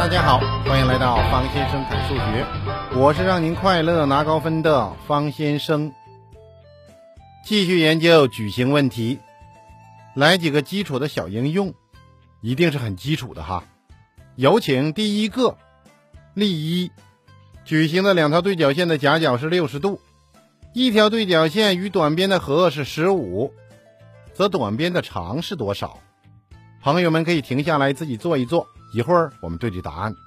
大家好，欢迎来到方先生看数学，我是让您快乐拿高分的方先生。继续研究矩形问题，来几个基础的小应用，一定是很基础的哈。有请第一个例一，矩形的两条对角线的夹角是60度，一条对角线与短边的和是15，则短边的长是多少？朋友们可以停下来自己做一做，一会儿我们对对答案。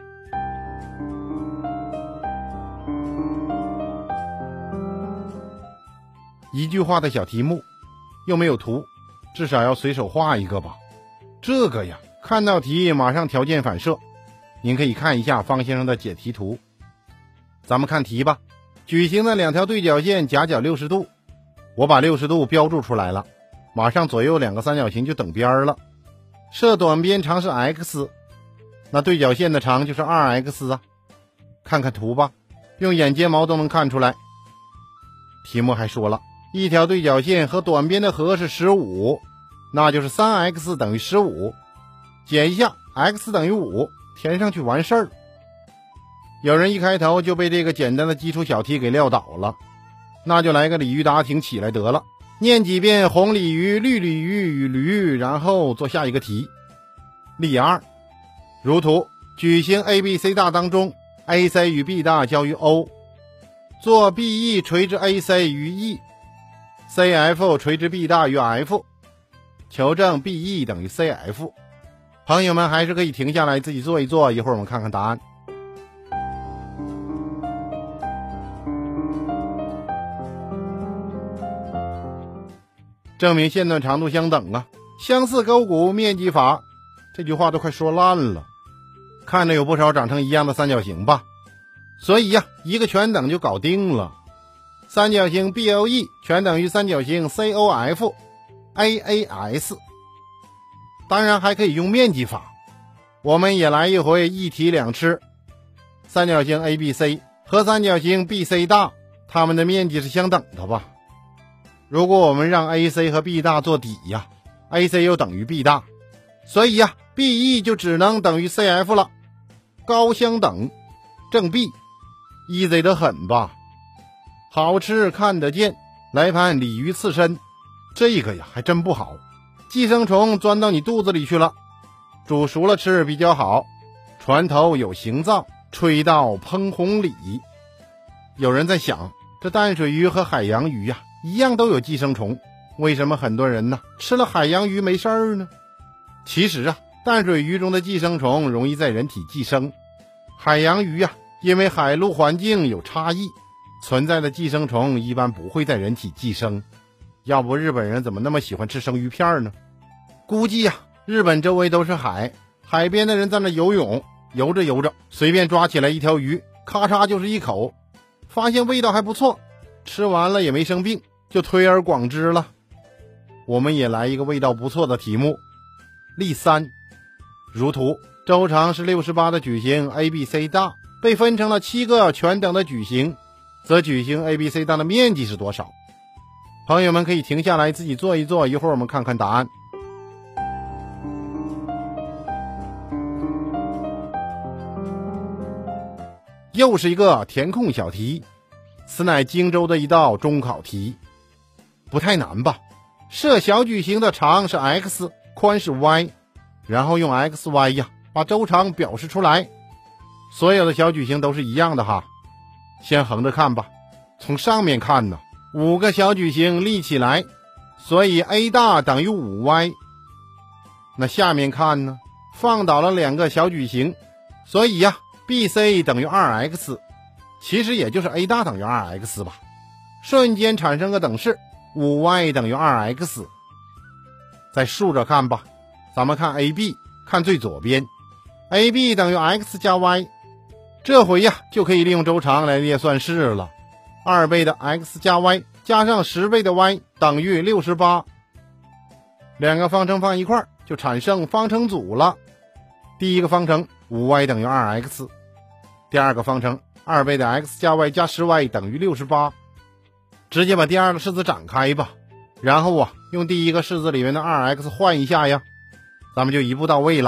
一句话的小题目，又没有图，至少要随手画一个吧。这个呀，看到题马上条件反射，您可以看一下方先生的解题图。咱们看题吧。矩形的两条对角线夹角60度，我把60度标注出来了，马上左右两个三角形就等边了。设短边长是 x， 那对角线的长就是 2x 啊。看看图吧，用眼睫毛都能看出来。题目还说了，一条对角线和短边的和是15，那就是 3x 等于15。解一下 x 等于5，填上去完事儿。有人一开头就被这个简单的基础小题给撂倒了，那就来个鲤鱼打挺起来得了，念几遍红鲤鱼、绿鲤鱼与驴，然后做下一个题。例2，如图，矩形 ABC 大当中 AC 与 B 大交于 O， 做 BE 垂直 AC 于 E，CF 垂直 B 大于 F， 求证 BE 等于 CF。 朋友们还是可以停下来自己做一做，一会儿我们看看答案。证明线段长度相等啊，相似勾股面积法，这句话都快说烂了。看着有不少长成一样的三角形吧，所以呀，一个全等就搞定了。三角形 BOE 全等于三角形 COF AAS。 当然还可以用面积法，我们也来一回一题两吃。三角形 ABC 和三角形 BC 大，它们的面积是相等的吧。如果我们让 AC 和 B 大做底呀， AC 又等于 B 大，所以呀 BE 就只能等于 CF 了。高相等，正 B， easy 得很吧。好吃看得见，来盘鲤鱼刺身，这个呀还真不好，寄生虫钻到你肚子里去了，煮熟了吃比较好。船头有形状，吹到烹红鲤。有人在想，这淡水鱼和海洋鱼呀一样都有寄生虫，为什么很多人呢吃了海洋鱼没事儿呢？其实啊，淡水鱼中的寄生虫容易在人体寄生，海洋鱼啊，因为海陆环境有差异，存在的寄生虫一般不会在人体寄生。要不日本人怎么那么喜欢吃生鱼片呢？估计呀，日本周围都是海，海边的人在那游泳，游着游着随便抓起来一条鱼，咔嚓就是一口，发现味道还不错，吃完了也没生病，就推而广之了。我们也来一个味道不错的题目。例3，如图，周长是68的矩形 ABC 大被分成了7个全等的矩形，则矩形 ABC 大的面积是多少？朋友们可以停下来自己做一做，一会儿我们看看答案。又是一个填空小题，此乃荆州的一道中考题，不太难吧？设小矩形的长是 x， 宽是 y， 然后用 xy 呀把周长表示出来。所有的小矩形都是一样的哈。先横着看吧，从上面看呢，5个小矩形立起来，所以 a 大等于 5y。 那下面看呢，放倒了2个小矩形，所以呀BC 等于 2x， 其实也就是 A 大等于 2x 吧。瞬间产生个等式， 5y 等于 2x。 再竖着看吧，咱们看 AB， 看最左边， AB 等于 x 加 y， 这回呀就可以利用周长来列算式了。2倍的 x 加 y 加上10倍的 y 等于68， 两个方程放一块儿就产生方程组了。第一个方程 5y 等于 2x，第二个方程2倍的 x 加 y 加 10y 等于68。直接把第二个式子展开吧，然后用第一个式子里面的 2x 换一下呀，咱们就一步到位了。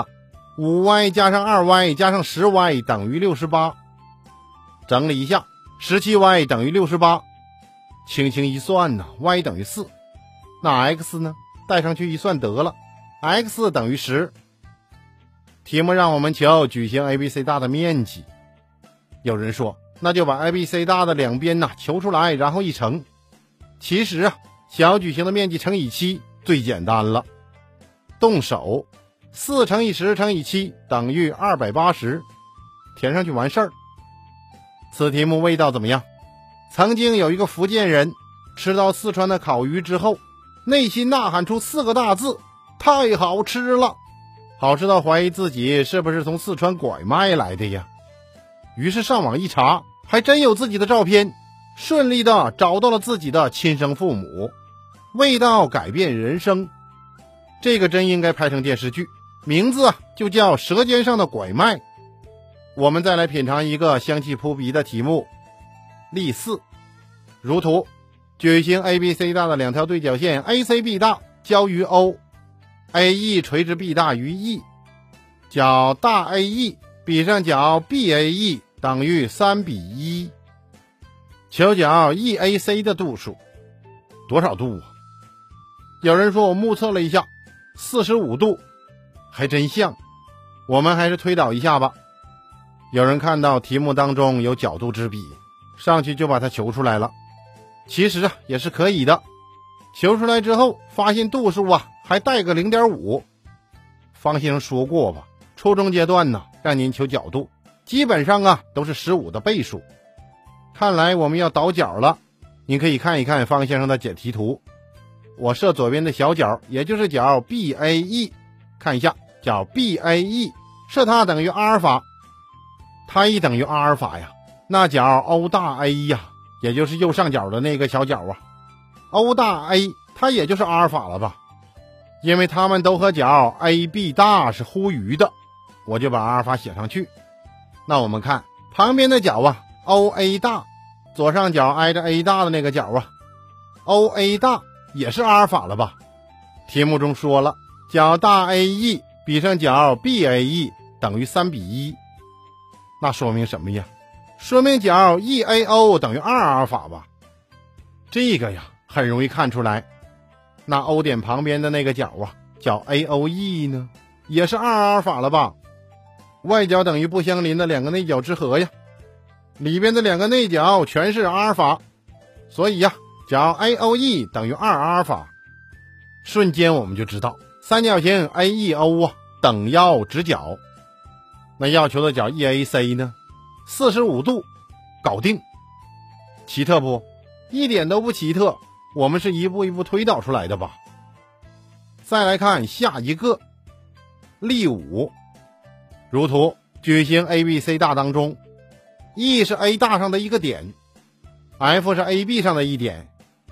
5y 加上 2y 加上 10y 等于68。整理一下， 17y 等于68，轻轻一算呢 y 等于4，那 x 呢带上去一算得了， x 等于10。题目让我们求矩形 ABC 大的面积，有人说那就把 ABC 大的两边求出来，然后一乘。其实小矩形的面积乘以7最简单了，动手4乘以10乘以7等于280，填上去完事儿。此题目味道怎么样？曾经有一个福建人吃到四川的烤鱼之后，内心呐喊出4个大字：太好吃了，好吃到怀疑自己是不是从四川拐卖来的呀。于是上网一查，还真有自己的照片，顺利的找到了自己的亲生父母。味道改变人生，这个真应该拍成电视剧，名字就叫《舌尖上的拐卖》。我们再来品尝一个香气扑鼻的题目。例4，如图，矩形 ABC 大的两条对角线 ACB 大交于 O，AE 垂直 B 大于 E， 角大 AE 比上角 BAE 等于3:1，求角 EAC 的度数。多少度啊？有人说我目测了一下，45度，还真像。我们还是推导一下吧。有人看到题目当中有角度之笔，上去就把它求出来了。其实也是可以的。求出来之后发现度数还带个 0.5。方先生说过吧，初中阶段让您求角度，基本上都是15的倍数。看来我们要倒角了，您可以看一看方先生的解题图。我设左边的小角，也就是角 BAE， 看一下角 BAE， 设它等于阿尔法，它一等于阿尔法呀，那角 O 大 A 呀，也就是右上角的那个小角O 大 A 它也就是阿尔法了吧？因为它们都和角 AB 大是互余的，我就把阿尔法写上去。那我们看旁边的角OA 大，左上角挨着 A 大的那个角OA 大也是阿尔法了吧？题目中说了，角大 AE 比上角 BAE 等于3:1，那说明什么呀？说明角 EAO 等于2阿尔法吧？这个很容易看出来。那 O 点旁边的那个角角 AOE 呢，也是2阿尔法了吧？外角等于不相邻的两个内角之和呀，里边的两个内角全是阿尔法，所以角 AOE 等于2阿尔法。瞬间我们就知道三角形 AEO 等腰直角。那要求的角 EAC 呢，45度，搞定。奇特不？一点都不奇特，我们是一步一步推导出来的吧。再来看下一个。例5，如图，矩形 ABC 大当中 E 是 A 大上的一个点， F 是 AB 上的一点，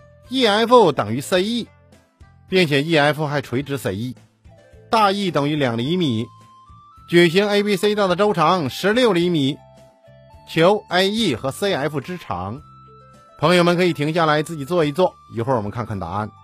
EF 等于 CE， 并且 EF 还垂直 CE， 大 E 等于2厘米。矩形 ABC 大的周长16厘米，求 AE 和 CF 之长。朋友们可以停下来自己做一做，一会儿我们看看答案。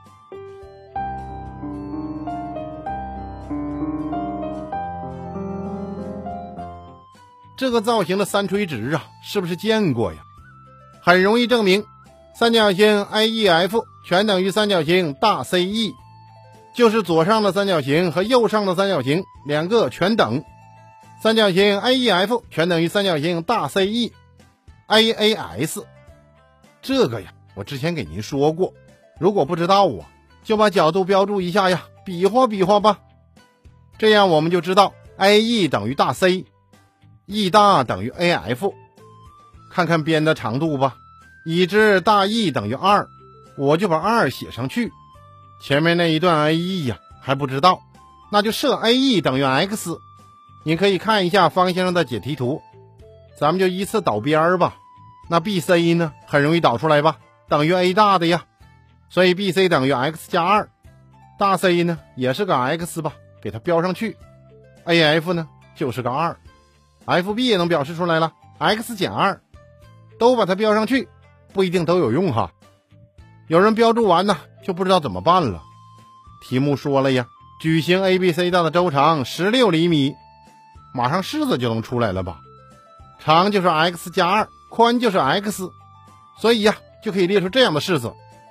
这个造型的三垂直是不是见过呀？很容易证明，三角形 AEF 全等于三角形大 CE， 就是左上的三角形和右上的三角形两个全等。三角形 AEF 全等于三角形大 CE。AAS 这个我之前给您说过，如果不知道就把角度标注一下比划比划吧。这样我们就知道 AE 等于大 C，E 大等于 AF。 看看边的长度吧，已知大 E 等于2，我就把2写上去。前面那一段 AE 还不知道，那就设 AE 等于 X。 你可以看一下方先生的解题图，咱们就依次导边吧。那 BC 呢，很容易导出来吧，等于 A 大的呀，所以 BC 等于 X 加2。大 C 呢也是个 X 吧，给它标上去。 AF 呢就是个2， FB 也能表示出来了， X 减2，都把它标上去，不一定都有用哈。有人标注完就不知道怎么办了。题目说了呀，矩形 ABC 大的周长16厘米， 马上式子就能出来了吧？长就是 x 加2，宽就是 x， 所以呀，就可以列出这样的式子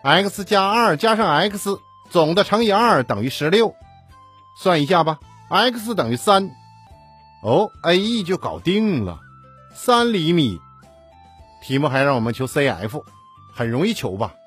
x 加2加上 x 总的乘以2等于16。算一下吧， x 等于3。哦 ，AE 就搞定了，3厘米。题目还让我们求 CF， 很容易求吧？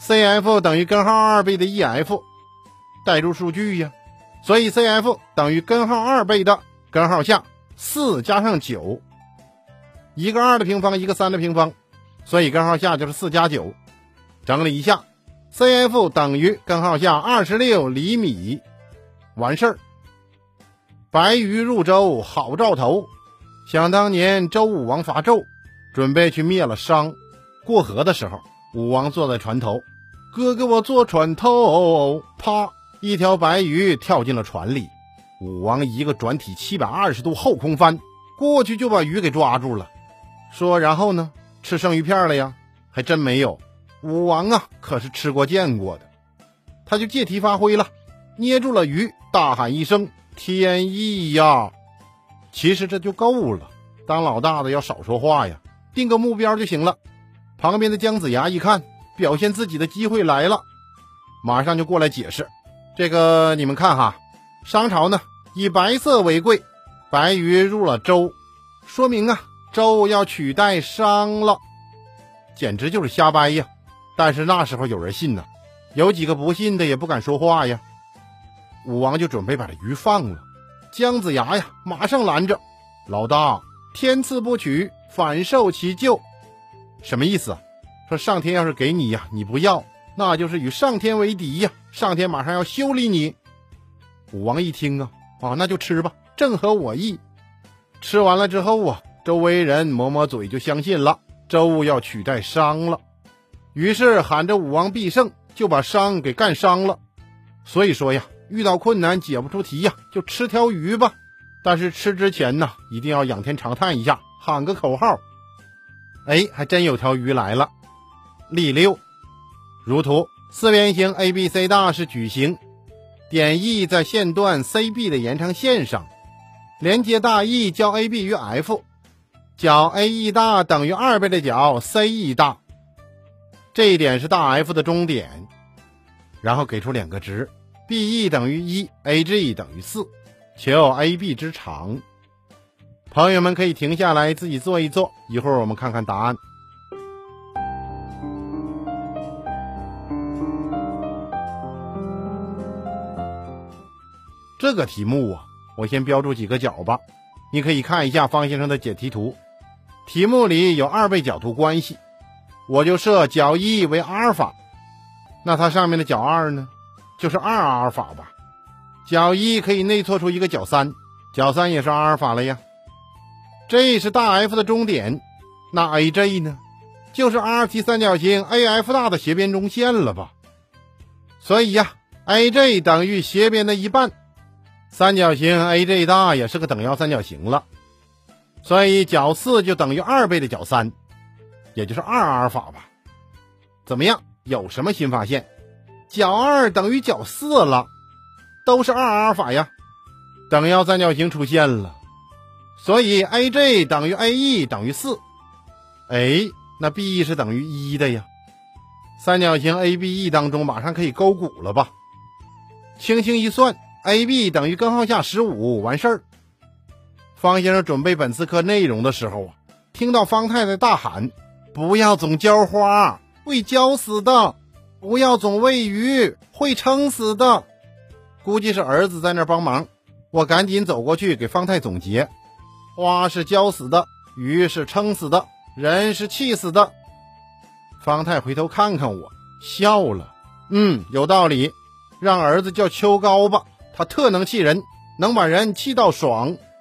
CF 等于根号2倍的 EF， 代入数据呀，所以 CF 等于根号2倍的根号下4加上9，一个2的平方，一个3的平方，所以根号下就是4加9。整理一下 ，CF 等于根号下26厘米，完事儿。白鱼入周好兆头，想当年周武王伐纣，准备去灭了商，过河的时候，武王坐在船头，哥哥我坐船头，啪，一条白鱼跳进了船里，武王一个转体720度后空翻，过去就把鱼给抓住了。说然后呢，吃生鱼片了呀？还真没有，武王啊可是吃过见过的，他就借题发挥了，捏住了鱼，大喊一声天意呀！其实这就够了，当老大的要少说话呀，定个目标就行了。旁边的姜子牙一看，表现自己的机会来了，马上就过来解释，这个你们看哈，商朝呢以白色为贵，白鱼入了周，说明啊周要取代商了，简直就是瞎掰呀！但是那时候有人信呢，有几个不信的也不敢说话呀。武王就准备把这鱼放了，姜子牙呀马上拦着，老大，天赐不取，反受其咎。什么意思啊？说上天要是给你呀，你不要，那就是与上天为敌呀，上天马上要修理你。武王一听啊，那就吃吧，正合我意。吃完了之后啊，周围人抹抹嘴就相信了，周要取代商了，于是喊着武王必胜，就把商给干伤了。所以说呀，遇到困难解不出题呀，就吃条鱼吧。但是吃之前呢，一定要仰天长叹一下，喊个口号。哎，还真有条鱼来了。例6，如图，四边形 ABC 大是矩形，点 E 在线段 CB 的延长线上，连接大 E 交 AB 于 F， 角 AE 大等于2倍的角 CE 大，这一点是大 F 的终点。然后给出两个值 BE 等于1 AG 等于4，求 AB 之长。朋友们可以停下来自己做一做，一会儿我们看看答案。这个题目啊，我先标注几个角吧，你可以看一下方先生的解题图。题目里有2倍角度关系，我就设角1为阿尔法，那它上面的角2呢，就是2阿尔法吧。角1可以内错出一个角3，角3也是阿尔法了呀。这是大 F 的终点，那 AJ 呢，就是 RT 三角形 AF 大的斜边中线了吧。所以呀 AJ 等于斜边的一半，三角形 AJ 大也是个等腰三角形了，所以角4就等于2倍的角3，也就是2阿尔法吧。怎么样，有什么新发现？角2等于角4了，都是2阿尔法呀，等腰三角形出现了。所以 AJ 等于 AE 等于4，哎，那 BE 是等于1的呀。三角形 ABE 当中马上可以勾股了吧？轻轻一算 ，AB 等于根号下15，完事儿。方先生准备本次课内容的时候啊，听到方太太大喊：“不要总浇花，会浇死的；不要总喂鱼，会撑死的。”估计是儿子在那帮忙，我赶紧走过去给方太总结。花是浇死的，鱼是撑死的，人是气死的。方太回头看看我，笑了。有道理，让儿子叫秋高吧，他特能气人，能把人气到爽。